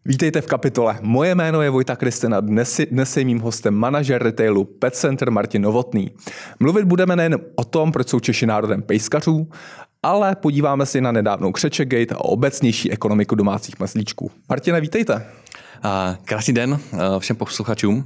Vítejte v kapitole. Moje jméno je Vojta Kristina. Dnes je mým hostem manažer retailu Pet Center Martin Novotný. Mluvit budeme nejen o tom, proč jsou Češi národem pejskařů, ale podíváme se na nedávnou Křeček-gate a obecnější ekonomiku domácích mazlíčků. Martine, vítejte. Krásný den všem posluchačům.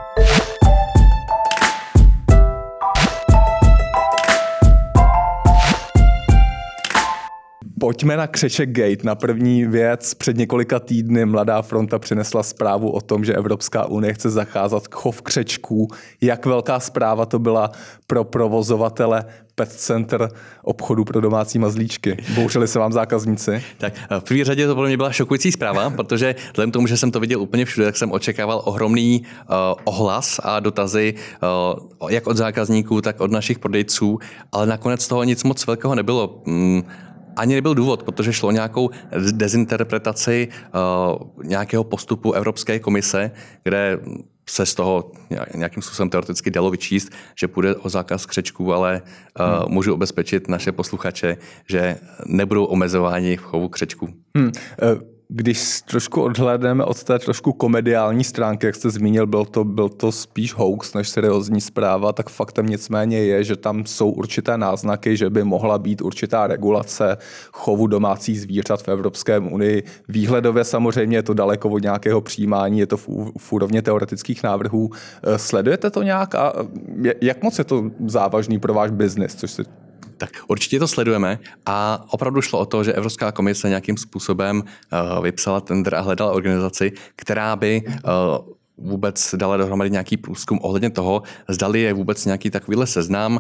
Pojďme na Křeček-gate. Na první věc před několika týdny Mladá fronta přinesla zprávu o tom, že Evropská unie chce zakázat chov křečků. Jak velká zpráva to byla pro provozovatele Pet Center obchodu pro domácí mazlíčky? Bouřili se vám zákazníci? Tak v první řadě to pro mě byla šokující zpráva, protože vzhledem k tomu, že jsem to viděl úplně všude, tak jsem očekával ohromný ohlas a dotazy jak od zákazníků, tak od našich prodejců, ale nakonec toho nic moc velkého nebylo. Ani nebyl důvod, protože šlo o nějakou dezinterpretaci nějakého postupu Evropské komise, kde se z toho nějakým způsobem teoreticky dalo vyčíst, že půjde o zákaz křečků, ale můžu ubezpečit naše posluchače, že nebudou omezováni v chovu křečků. Když trošku odhlédneme od té trošku komediální stránky, jak jste zmínil, byl to spíš hoax než seriózní zpráva, tak faktem nicméně je, že tam jsou určité náznaky, že by mohla být určitá regulace chovu domácích zvířat v Evropské unii. Výhledově samozřejmě je to daleko od nějakého přijímání, je to v úrovni teoretických návrhů. Sledujete to nějak a jak moc je to závažný pro váš biznis, Tak určitě to sledujeme a opravdu šlo o to, že Evropská komise nějakým způsobem vypsala tender a hledala organizaci, která by vůbec dala dohromady nějaký průzkum ohledně toho, zdali je vůbec nějaký takovýhle seznam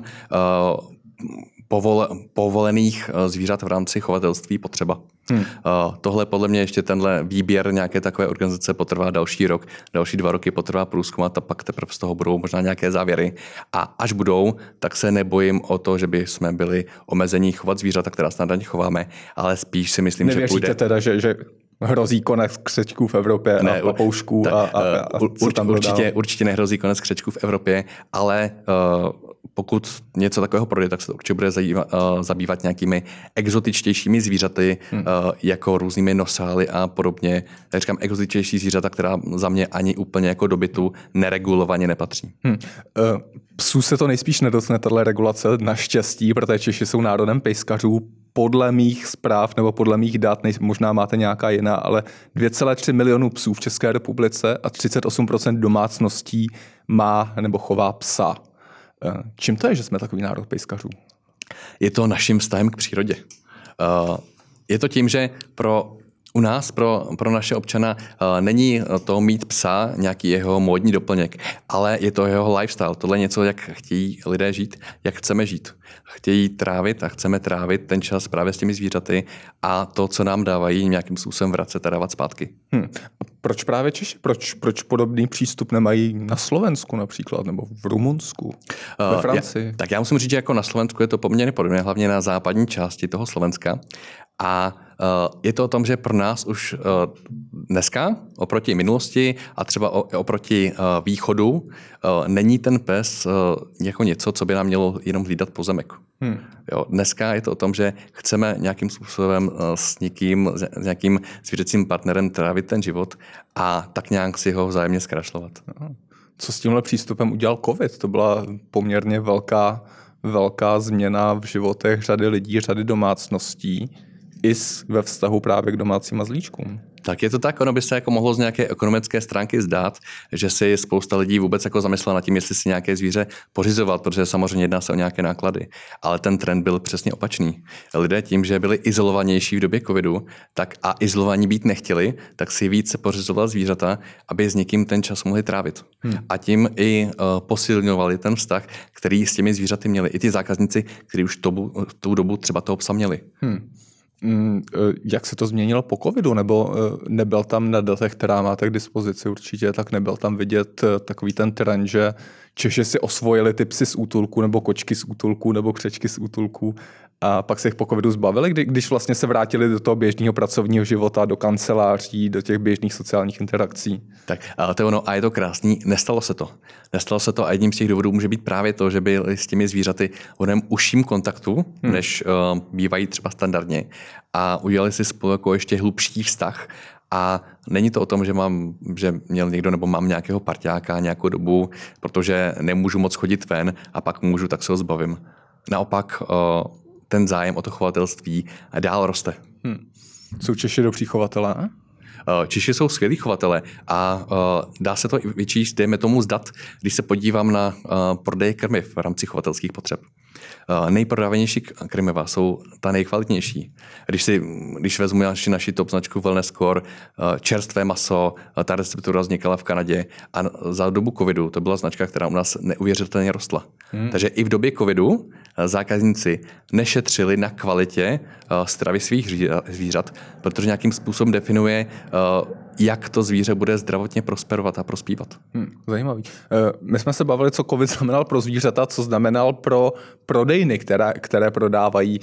povolených zvířat v rámci chovatelství potřeba. Tohle podle mě ještě tenhle výběr nějaké takové organizace potrvá další rok, další 2 roky potrvá průzkum a pak teprve z toho budou možná nějaké závěry. A až budou, tak se nebojím o to, že by jsme byli omezení chovat zvířata, která snad chováme, ale spíš si myslím, že půjde. Teda, že hrozí konec křečků v Evropě ne, a papoušků určitě nehrozí konec křečků v Evropě, ale pokud něco takového projde, tak se to určitě bude zabývat nějakými exotičtějšími zvířaty, jako různými nosály a podobně. Já říkám exotičtější zvířata, která za mě ani úplně jako do bytu neregulovaně nepatří. Psů se to nejspíš nedotkne, tato regulace, naštěstí, protože Češi jsou národem pejskařů. Podle mých zpráv nebo podle mých dat, možná máte nějaká jiná, ale 2,3 milionu psů v České republice a 38% domácností má nebo chová psa. Čím to je, že jsme takový národ pejskařů? Je to naším vztahem k přírodě. Je to tím, že u nás, pro naše občana, není to mít psa nějaký jeho módní doplněk, ale je to jeho lifestyle. Tohle je něco, jak chtějí lidé žít, jak chceme žít. Chtějí trávit a chceme trávit ten čas právě s těmi zvířaty a to, co nám dávají, nějakým způsobem vracet a dávat zpátky. Proč právě Češi? Proč podobný přístup nemají na Slovensku například, nebo v Rumunsku, ve Francii? Já musím říct, že jako na Slovensku je to poměrně podobné, hlavně na západní části toho Slovenska. A je to o tom, že pro nás už dneska oproti minulosti a třeba oproti východu není ten pes jako něco, co by nám mělo jenom hlídat pozemek. Jo, dneska je to o tom, že chceme nějakým způsobem s nějakým zvířecím partnerem trávit ten život a tak nějak si ho vzájemně zkrašlovat. Co s tímhle přístupem udělal COVID? To byla poměrně velká změna v životech řady lidí, řady domácností i ve vztahu právě k domácím mazlíčkům. Tak je to tak, ono by se jako mohlo z nějaké ekonomické stránky zdát, že si spousta lidí vůbec jako zamyslela nad tím, jestli si nějaké zvíře pořizovat, protože samozřejmě jedná se o nějaké náklady. Ale ten trend byl přesně opačný. Lidé tím, že byli izolovanější v době covidu, tak a izolovaní být nechtěli, tak si více pořizovali zvířata, aby s někým ten čas mohli trávit. A tím i posilňovali ten vztah, který s těmi zvířaty měli. I ty zákazníci, kteří už tou dobu třeba toho psa měli. Jak se to změnilo po covidu? Nebo nebyl tam na datech, která máte k dispozici určitě, tak nebyl tam vidět takový ten trend, že Češi si osvojili ty psy z útulku, nebo kočky z útulku, nebo křečky z útulku a pak se jich po covidu zbavili, když vlastně se vrátili do toho běžného pracovního života, do kanceláří, do těch běžných sociálních interakcí. Tak to je ono a je to krásný. Nestalo se to. Nestalo se to a jedním z těch důvodů může být právě to, že byli s těmi zvířaty v onem užším kontaktu, než bývají třeba standardně a udělali si spolu jako ještě hlubší vztah A není to o tom, že měl někdo nebo mám nějakého parťáka nějakou dobu, protože nemůžu moc chodit ven a pak můžu, tak se ho zbavím. Naopak ten zájem o to chovatelství dál roste. Jsou Češi dobří chovatelé? Češi jsou skvělí chovatelé a dá se to i vyčíst, dejme tomu z dat, když se podívám na prodeje krmiv v rámci chovatelských potřeb. Nejprodávanější krmiva jsou ta nejkvalitnější. Když vezmu naši top značku Wellness Core, čerstvé maso, ta receptura vznikala v Kanadě a za dobu covidu to byla značka, která u nás neuvěřitelně rostla. Takže i v době covidu zákazníci nešetřili na kvalitě stravy svých zvířat, protože nějakým způsobem definuje, jak to zvíře bude zdravotně prosperovat a prospívat. Zajímavý. My jsme se bavili, co covid znamenal pro zvířata, co znamenal pro prodejny, které prodávají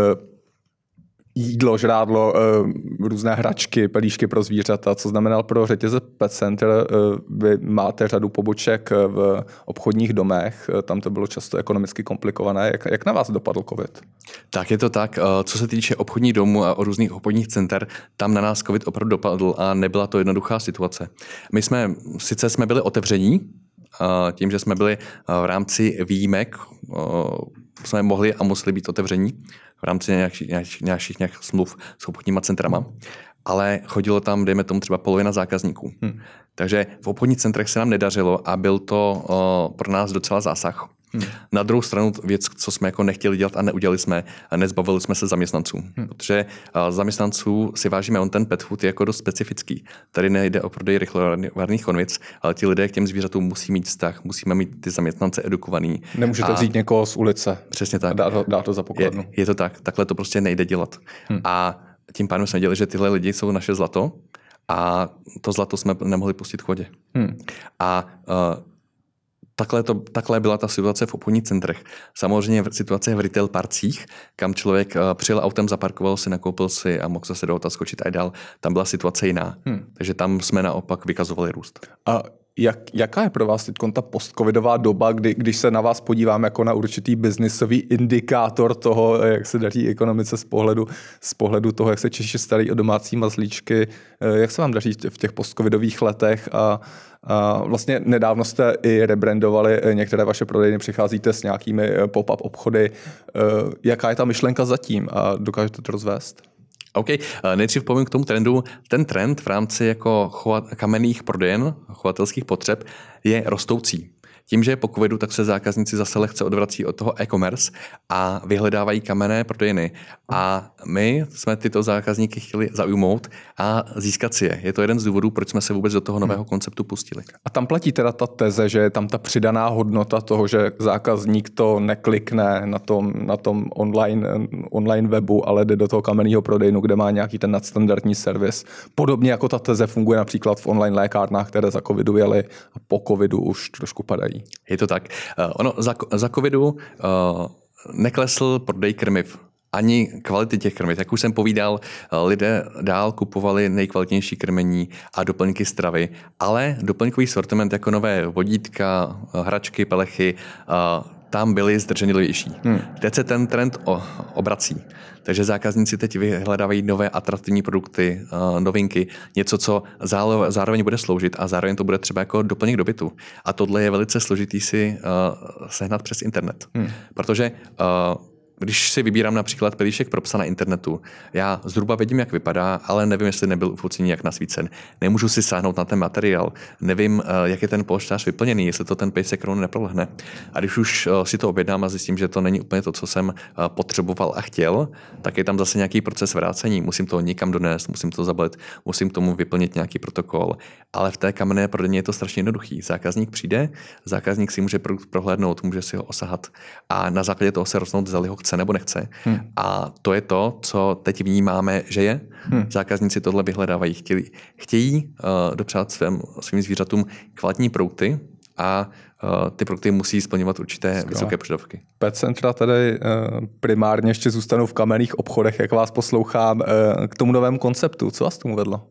jídlo, žrádlo, různé hračky, pelíšky pro zvířata, co znamenal pro řetězec Pet Center. Vy máte řadu poboček v obchodních domech, tam to bylo často ekonomicky komplikované. Jak na vás dopadl covid? Tak je to tak. Co se týče obchodních domů a různých obchodních center, tam na nás covid opravdu dopadl a nebyla to jednoduchá situace. My jsme byli otevření, tím, že jsme byli v rámci výjimek, jsme mohli a museli být otevření v rámci nějakých smluv s obchodníma centrama, ale chodilo tam, dejme tomu, třeba polovina zákazníků. Takže v obchodních centrech se nám nedařilo a byl to pro nás docela zásah. Na druhou stranu věc, co jsme jako nechtěli dělat a neudělali jsme, nezbavili jsme se zaměstnanců. Protože zaměstnanců si vážíme, ten pet food je jako dost specifický. Tady nejde o prodej rychlovarných konvic, ale ti lidé k těm zvířatům musí mít vztah, musíme mít ty zaměstnance edukovaný. Nemůžete vzít někoho z ulice. Přesně tak. Dá to za pokladnu. Je to tak. Takhle to prostě nejde dělat. A tím pádem jsme dělali, že tyhle lidi jsou naše zlato a to zlato jsme nemohli pustit k vodě. A takhle byla ta situace v obchodních centrech. Samozřejmě situace v retail parcích, kam člověk přijel autem, zaparkoval si, nakoupil si a mohl se do auta skočit a dál. Tam byla situace jiná. Takže tam jsme naopak vykazovali růst. A jaká je pro vás teď ta postcovidová doba, když se na vás podíváme jako na určitý biznisový indikátor toho, jak se daří ekonomice z pohledu toho, jak se Češi starají o domácí mazlíčky, jak se vám daří v těch postcovidových letech a vlastně nedávno jste i rebrandovali některé vaše prodejny, přicházíte s nějakými pop-up obchody. Jaká je ta myšlenka zatím a dokážete to rozvést? OK, nejdřív povím k tomu trendu. Ten trend v rámci jako kamenných prodejen, chovatelských potřeb je rostoucí. Tím, že je po covidu, tak se zákazníci zase lehce odvrací od toho e-commerce a vyhledávají kamenné prodejny. A my jsme tyto zákazníky chtěli zaujmout a získat si je. Je to jeden z důvodů, proč jsme se vůbec do toho nového konceptu pustili. A tam platí teda ta teze, že je tam ta přidaná hodnota toho, že zákazník to neklikne na tom online webu, ale jde do toho kamenného prodejnu, kde má nějaký ten nadstandardní servis. Podobně jako ta teze funguje například v online lékárnách, které za covidu jeli a po covidu už trošku padají. Je to tak. Za covidu neklesl prodej krmiv. Ani kvality těch krmiv. Jak už jsem povídal, lidé dál kupovali nejkvalitnější krmení a doplňky stravy, ale doplňkový sortiment jako nové vodítka, hračky, pelechy, tam byly zdrženlivější. Teď se ten trend obrací. Takže zákazníci teď vyhledávají nové atraktivní produkty, novinky, něco, co zároveň bude sloužit a zároveň to bude třeba jako doplněk do bytu. A tohle je velice složitý si sehnat přes internet. Protože když si vybírám například pelíšek pro psa na internetu, já zhruba vidím, jak vypadá, ale nevím, jestli nebyl ufocený jak nasvícen. Nemůžu si sáhnout na ten materiál. Nevím, jak je ten polštář vyplněný, jestli to ten pejsek rovnou neprolehne. A když už si to objednám a zjistím, že to není úplně to, co jsem potřeboval a chtěl, tak je tam zase nějaký proces vrácení. Musím to někam donést, musím to zabalit, musím k tomu vyplnit nějaký protokol. Ale v té kamenné prodejně je to strašně jednoduchý. Zákazník přijde, zákazník si může produkt prohlédnout, může si ho osahat a na základě toho se rozhodnout, zda ho chce nebo nechce. A to je to, co teď vnímáme, že je. Zákazníci tohle vyhledávají. Chtějí dopřát svým zvířatům kvalitní produkty a ty produkty musí splňovat určité vysoké požadavky. Pet centra tady primárně ještě zůstanou v kamenných obchodech, jak vás poslouchám, k tomu novému konceptu. Co vás tomu vedlo?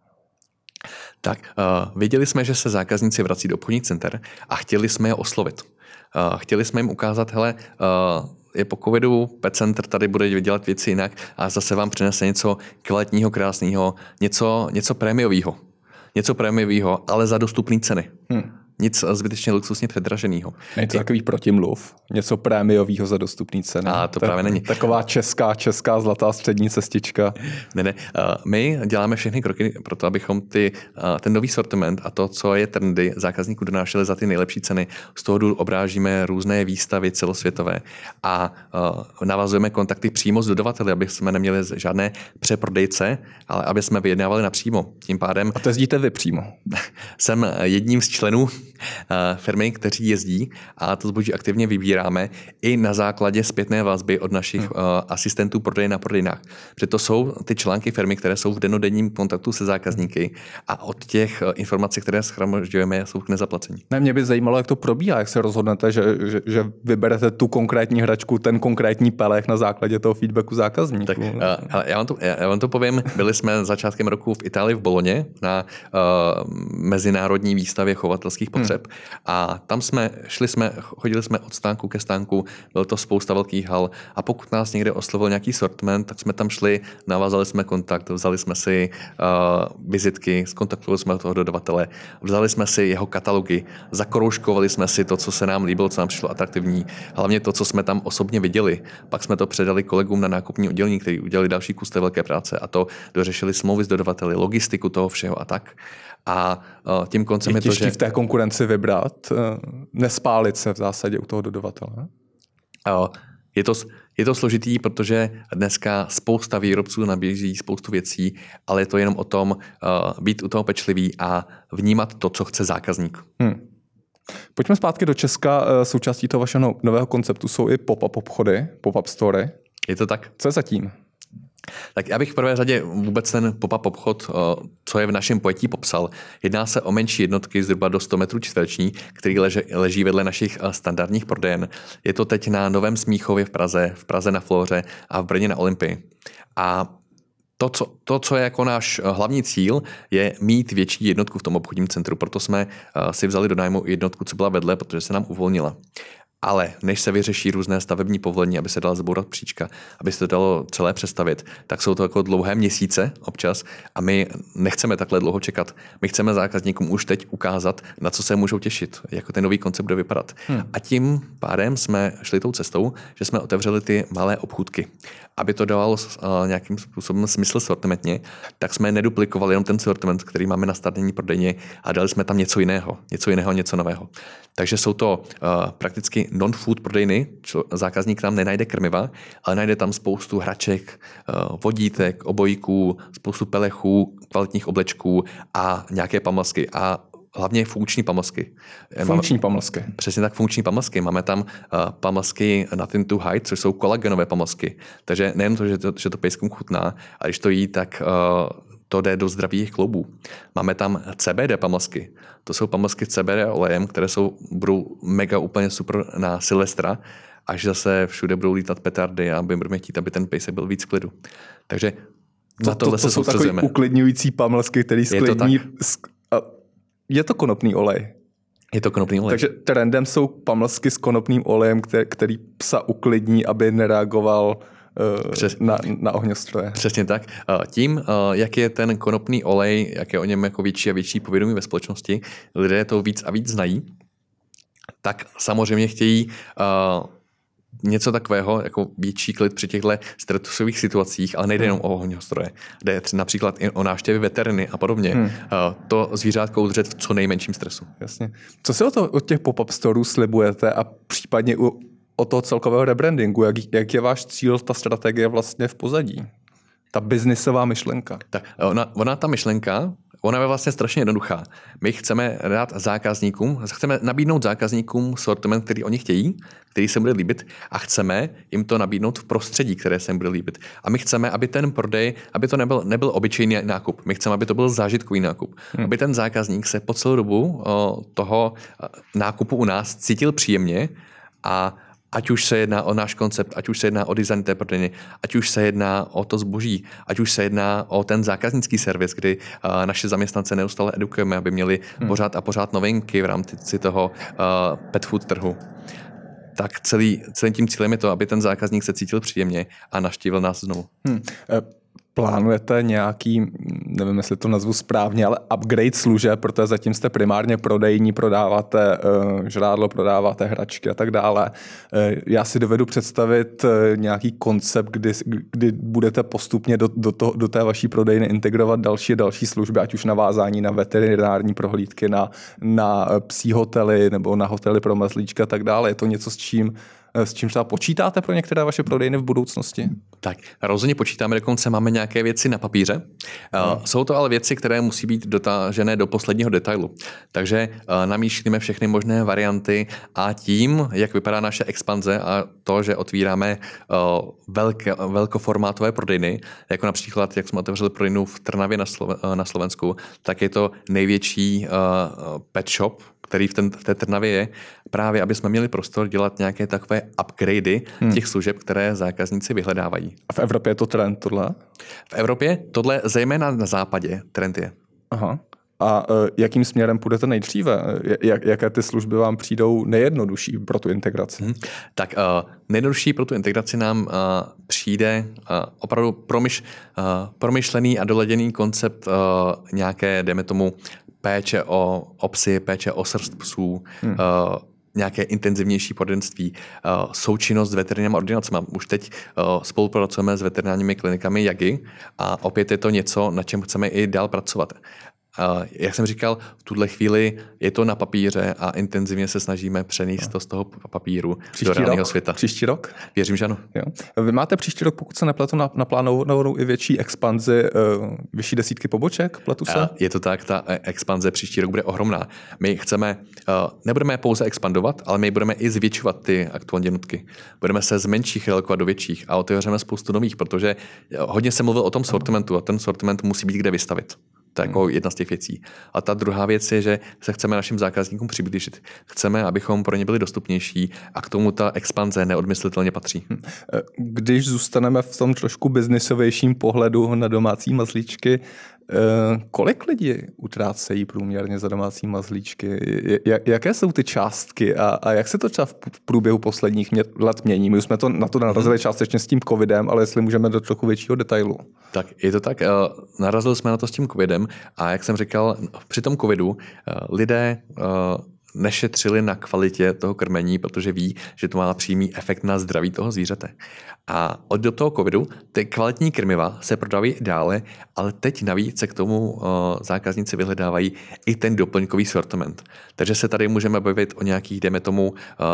Tak, věděli jsme, že se zákazníci vrací do obchodních center a chtěli jsme je oslovit. Chtěli jsme jim ukázat, hele, je po covidu, Pet Center tady bude dělat věci jinak a zase vám přinese něco kvalitního, krásného, něco prémiového. Něco prémiového, ale za dostupné ceny. Nic zbytečně luxusně předraženého. Je to takový protimluv. Něco prémiového za dostupný ceny. A to právě není. Taková česká zlatá střední cestička. Ne. My děláme všechny kroky pro to, abychom ten nový sortiment a to, co je trendy, zákazníků donášeli za ty nejlepší ceny. Z toho důvodu obrážíme různé výstavy celosvětové a navazujeme kontakty přímo s dodavateli, aby jsme neměli žádné přeprodejce, ale aby jsme vyjednávali napřímo. Tím pádem... A to jezdíte vy přímo? Jsem jedním z členů firmy, kteří jezdí a to zboží aktivně vybíráme i na základě zpětné vazby od našich asistentů prodeje na prodejnách. Protože to jsou ty články firmy, které jsou v dennodenním kontaktu se zákazníky a od těch informací, které shromažďujeme, jsou k nezaplacení. Ne, mě by zajímalo, jak to probíhá, jak se rozhodnete, že vyberete tu konkrétní hračku, ten konkrétní pelech na základě toho feedbacku zákazníků. Tak, já vám to povím. Byli jsme začátkem roku v Itálii v Boloně na mezinárodní výstavě chovatelských potřeb a tam chodili jsme od stánku ke stánku, bylo to spousta velkých hal a pokud nás někde oslovil nějaký sortiment, tak jsme tam šli, navázali jsme kontakt, vzali jsme si vizitky, zkontaktovali jsme toho dodavatele, vzali jsme si jeho katalogy, zakroužkovali jsme si to, co se nám líbilo, co nám přišlo atraktivní, hlavně to, co jsme tam osobně viděli. Pak jsme to předali kolegům na nákupní oddělení, kteří udělali další kus té velké práce a to dořešili smlouvy s dodavateli, logistiku toho všeho a tak. A tím koncem je to, že... v té konkurenci vybrat, nespálit se v zásadě u toho dodavatele? Je to složitý, protože dneska spousta výrobců nabízí spoustu věcí, ale je to jenom o tom být u toho pečlivý a vnímat to, co chce zákazník. Pojďme zpátky do Česka. Součástí toho vašeho nového konceptu jsou i pop-up obchody, pop-up story. Je to tak? Co je zatím? Tak já bych v prvé řadě vůbec ten pop-up obchod, co je v našem pojetí popsal. Jedná se o menší jednotky zhruba do 100 metrů čtvereční, které leží vedle našich standardních prodejen. Je to teď na Novém Smíchově v Praze na Flóře a v Brně na Olympii. A to, co je jako náš hlavní cíl, je mít větší jednotku v tom obchodním centru. Proto jsme si vzali do nájmu jednotku, co byla vedle, protože se nám uvolnila. Ale než se vyřeší různé stavební povolení, aby se dala zbourat příčka, aby se to dalo celé přestavit, tak jsou to jako dlouhé měsíce občas a my nechceme takhle dlouho čekat. My chceme zákazníkům už teď ukázat, na co se můžou těšit, jako ten nový koncept bude vypadat. A tím pádem jsme šli tou cestou, že jsme otevřeli ty malé obchůdky. Aby to dávalo nějakým způsobem smysl sortimentně, tak jsme neduplikovali jenom ten sortiment, který máme na standardní prodejně a dali jsme tam něco jiného, něco nového. Takže jsou to prakticky non-food prodejny, zákazník tam nenajde krmiva, ale najde tam spoustu hraček, vodítek, obojíků, spoustu pelechů, kvalitních oblečků a nějaké pamlsky a hlavně funkční pamlsky. Funkční pamlsky. Přesně tak, funkční pamlsky. Máme tam pamlsky Nothing to Hide, což jsou kolagenové pamlsky. Takže nejen to, že to pejskům chutná, a když to jí, tak to jde do zdravých kloubů. Máme tam CBD pamlsky. To jsou pamlsky s CBD olejem, které budou mega úplně super na Silvestra, až zase všude budou lítat petardy a budeme chtít, aby ten pejsek byl víc v klidu. Takže na tohle se soustředujeme. To jsou takový uklidňující pamlsky, který sklidní. Je to konopný olej. Je to konopný olej. Takže trendem jsou pamlsky s konopným olejem, který psa uklidní, aby nereagoval na ohňostroje. Přesně tak. Tím, jak je ten konopný olej, jak je o něm jako větší a větší povědomí ve společnosti, lidé to víc a víc znají, tak samozřejmě chtějí něco takového, jako větší klid při těchto stresových situacích, ale nejde jenom o ohňostroje. Jde například i o návštěvy veteriny a podobně. To zvířátko udržet v co nejmenším stresu. Jasně. Co si od těch pop-up storů slibujete a případně o toho celkového rebrandingu? Jak je váš cíl, ta strategie vlastně v pozadí? Ta biznisová myšlenka. Tak ta myšlenka, ona je vlastně strašně jednoduchá. My chceme nabídnout zákazníkům sortiment, který oni chtějí, který se bude líbit a chceme jim to nabídnout v prostředí, které se jim bude líbit. A my chceme, aby ten prodej, aby to nebyl obyčejný nákup. My chceme, aby to byl zážitkový nákup. Aby ten zákazník se po celou dobu toho nákupu u nás cítil příjemně a ať už se jedná o náš koncept, ať už se jedná o design té prodejny, ať už se jedná o to zboží, ať už se jedná o ten zákaznický servis, kdy naše zaměstnance neustále edukujeme, aby měli pořád novinky v rámci toho pet food trhu. tak celým tím cílem je to, aby ten zákazník se cítil příjemně a navštívil nás znovu. Plánujete nějaký, nevím, jestli to nazvu správně, ale upgrade služeb, protože zatím jste primárně prodejní, prodáváte žrádlo, prodáváte hračky a tak dále. Já si dovedu představit nějaký koncept, kdy budete postupně do té vaší prodejny integrovat další služby, ať už navázání na veterinární prohlídky, na psí hotely nebo na hotely pro mazlíčka a tak dále. Je to něco, s čím třeba počítáte pro některé vaše prodejny v budoucnosti? Tak, rozhodně počítáme, dokonce máme nějaké věci na papíře. Jsou to ale věci, které musí být dotažené do posledního detailu. Takže namýšlíme všechny možné varianty a tím, jak vypadá naše expanze a to, že otvíráme velkoformátové prodejny, jako například, jak jsme otevřeli prodejnu v Trnavě na Slovensku, tak je to největší pet shop, který v té Trnavě je, právě aby jsme měli prostor dělat nějaké takové upgradey těch služeb, které zákazníci vyhledávají. A v Evropě je to trend tohle? V Evropě tohle zejména na západě trend je. Aha. A jakým směrem půjdete nejdříve? Jaké ty služby vám přijdou nejjednodušší pro tu integraci? Tak nejjednodušší pro tu integraci nám přijde opravdu promyšlený a doladěný koncept nějaké, dejme tomu, péče o psy, péče o srst psů, nějaké intenzivnější poradenství, součinnost s veterinárními ordinacemi. Už teď spolupracujeme s veterinárními klinikami JAGI a opět je to něco, na čem chceme i dál pracovat. Jak jsem říkal, v tuhle chvíli je to na papíře a intenzivně se snažíme přenést to z toho papíru do reálného světa. Příští rok? Věřím, že ano. Jo. Vy máte příští rok, pokud se nepletu, naplánovanou i větší expanzi, vyšší desítky poboček, pletu se? Je to tak, ta expanze příští rok bude ohromná. My chceme, nebudeme pouze expandovat, ale my budeme i zvětšovat ty aktuální jednotky. Budeme se z menších relokovat do větších a otevřeme spoustu nových, protože hodně se mluvil o tom sortimentu a ten sortiment musí být kde vystavit. To je jako jedna z těch věcí. A ta druhá věc je, že se chceme našim zákazníkům přiblížit. Chceme, abychom pro ně byli dostupnější a k tomu ta expanze neodmyslitelně patří. Když zůstaneme v tom trošku biznisovějším pohledu na domácí mazlíčky, kolik lidí utrácejí průměrně za domácí mazlíčky? Jaké jsou ty částky a jak se to třeba v průběhu posledních let mění? My už jsme na to narazili částečně s tím covidem, ale jestli můžeme do trochu většího detailu. Tak je to tak. Narazili jsme na to s tím covidem a jak jsem říkal, při tom covidu lidé nešetřili na kvalitě toho krmení, protože ví, že to má přímý efekt na zdraví toho zvířete. A od do toho covidu ty kvalitní krmiva se prodávají dále, ale teď navíc se k tomu zákazníci vyhledávají i ten doplňkový sortiment. Takže se tady můžeme bavit o nějakých, dejme tomu,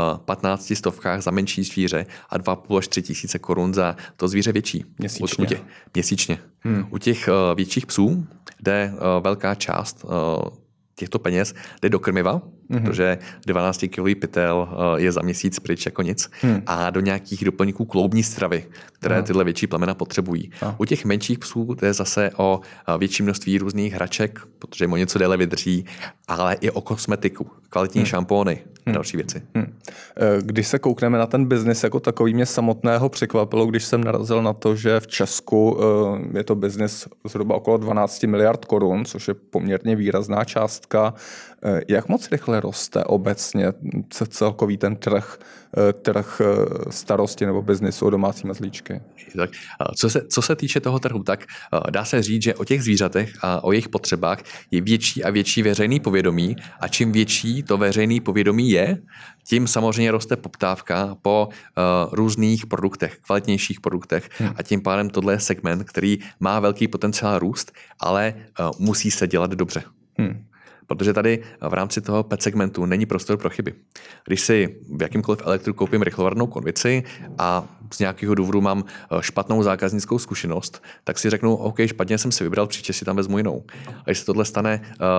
15 stovkách za menší zvíře a 2,5 až 3 tisíce korun za to zvíře větší. Měsíčně. U těch větších psů jde velká část těchto peněz jde do krmiva, protože 12 kg pytel je za měsíc pryč jako nic, a do nějakých doplňků kloubní stravy, které tyhle větší plemena potřebují. U těch menších psů jde zase o větší množství různých hraček, protože mu něco déle vydrží, ale i o kosmetiku, kvalitní šampóny a další věci. Když se koukneme na ten biznis jako takový, mě samotného překvapilo, když jsem narazil na to, že v Česku je to biznis zhruba okolo 12 miliard korun, což je poměrně výrazná částka. Jak moc rychle roste obecně celkový ten trh starosti nebo biznisu o domácí mazlíčky? Tak, co se týče toho trhu, tak dá se říct, že o těch zvířatech a o jejich potřebách je větší a větší veřejný povědomí a čím větší to veřejný povědomí je, tím samozřejmě roste poptávka po různých produktech, kvalitnějších produktech a tím pádem tohle je segment, který má velký potenciál růst, ale musí se dělat dobře. Protože tady v rámci toho pet segmentu není prostor pro chyby. Když si v jakýmkoliv elektru koupím rychlovarnou konvici a z nějakého důvodu mám špatnou zákaznickou zkušenost, tak si řeknu, OK, špatně jsem si vybral, příště si tam vezmu jinou. A když se tohle stane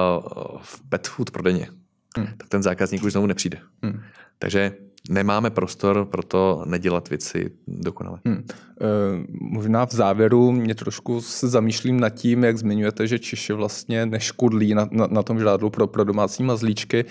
v pet food prodejně, tak ten zákazník už znovu nepřijde. Takže nemáme prostor pro to nedělat věci dokonale. Možná v závěru mě trošku se zamýšlím nad tím, jak zmiňujete, že Češi vlastně neškudlí na tom žrádlu pro domácí mazlíčky.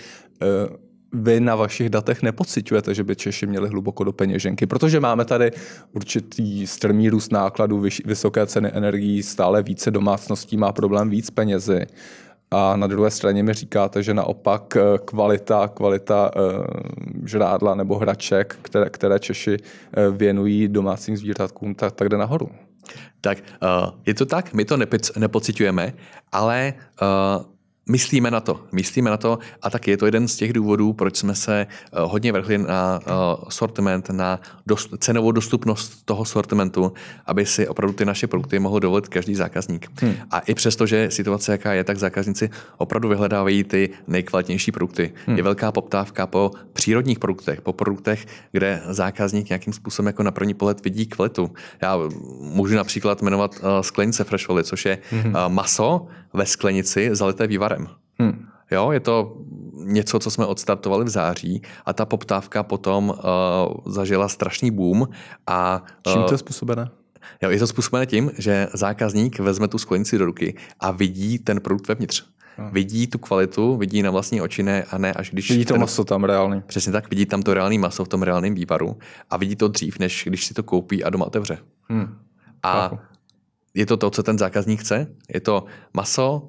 Vy na vašich datech nepociťujete, že by Češi měli hluboko do peněženky, protože máme tady určitý strmý růst nákladů, vysoké ceny energií, stále více domácností má problém víc penězi. A na druhé straně mi říkáte, že naopak kvalita žrádla nebo hraček, které Češi věnují domácím zvířatkům, tak jde nahoru. Tak je to tak, my to nepociťujeme, ale myslíme na to a taky je to jeden z těch důvodů, proč jsme se hodně vrhli na sortiment, na cenovou dostupnost toho sortimentu, aby si opravdu ty naše produkty mohl dovolit každý zákazník. A i přesto, že situace jaká je, tak zákazníci opravdu vyhledávají ty nejkvalitnější produkty. Je velká poptávka po přírodních produktech, po produktech, kde zákazník nějakým způsobem jako na první pohled vidí kvalitu. Já můžu například jmenovat sklenice Fresh Valley, což je maso ve sklenici zalité vývarem. Jo, je to něco, co jsme odstartovali v září a ta poptávka potom zažila strašný boom. Čím to je způsobené? Jo, je to způsobené tím, že zákazník vezme tu sklenici do ruky a vidí ten produkt vevnitř. Vidí tu kvalitu, vidí na vlastní oči, a ne až když... Vidí to maso tam reálně. Přesně tak, vidí tam to reálné maso v tom reálném vývaru a vidí to dřív, než když si to koupí a doma otevře. A je to, co ten zákazník chce. Je to maso,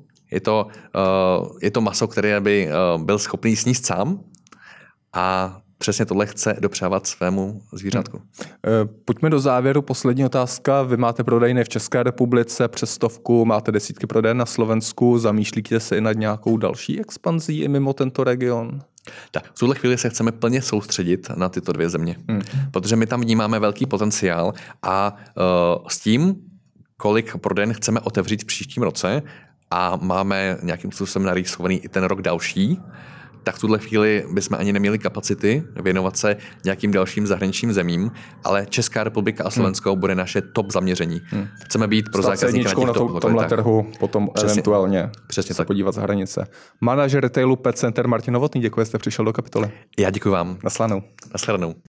je to maso, které by byl schopný sníst sám a přesně tohle chce dopřávat svému zvířátku. Pojďme do závěru. Poslední otázka. Vy máte prodejny v České republice přes 100, máte desítky prodejen na Slovensku. Zamýšlíte se i nad nějakou další expanzí i mimo tento region? Tak, v tuhle chvíli se chceme plně soustředit na tyto 2 země, protože my tam vnímáme velký potenciál a s tím, kolik prodejen chceme otevřít v příštím roce a máme nějakým způsobem narýsovaný i ten rok další, tak v tuhle chvíli bychom ani neměli kapacity věnovat se nějakým dalším zahraničním zemím, ale Česká republika a Slovensko bude naše top zaměření. Chceme být pro zákazníka na těchto tomhle trhu, potom eventuálně se podívat za hranice. Manažer retailu Pet Center Martin Novotný, děkuji, že jste přišel do Kapitoly. Já děkuji vám. Naschledanou.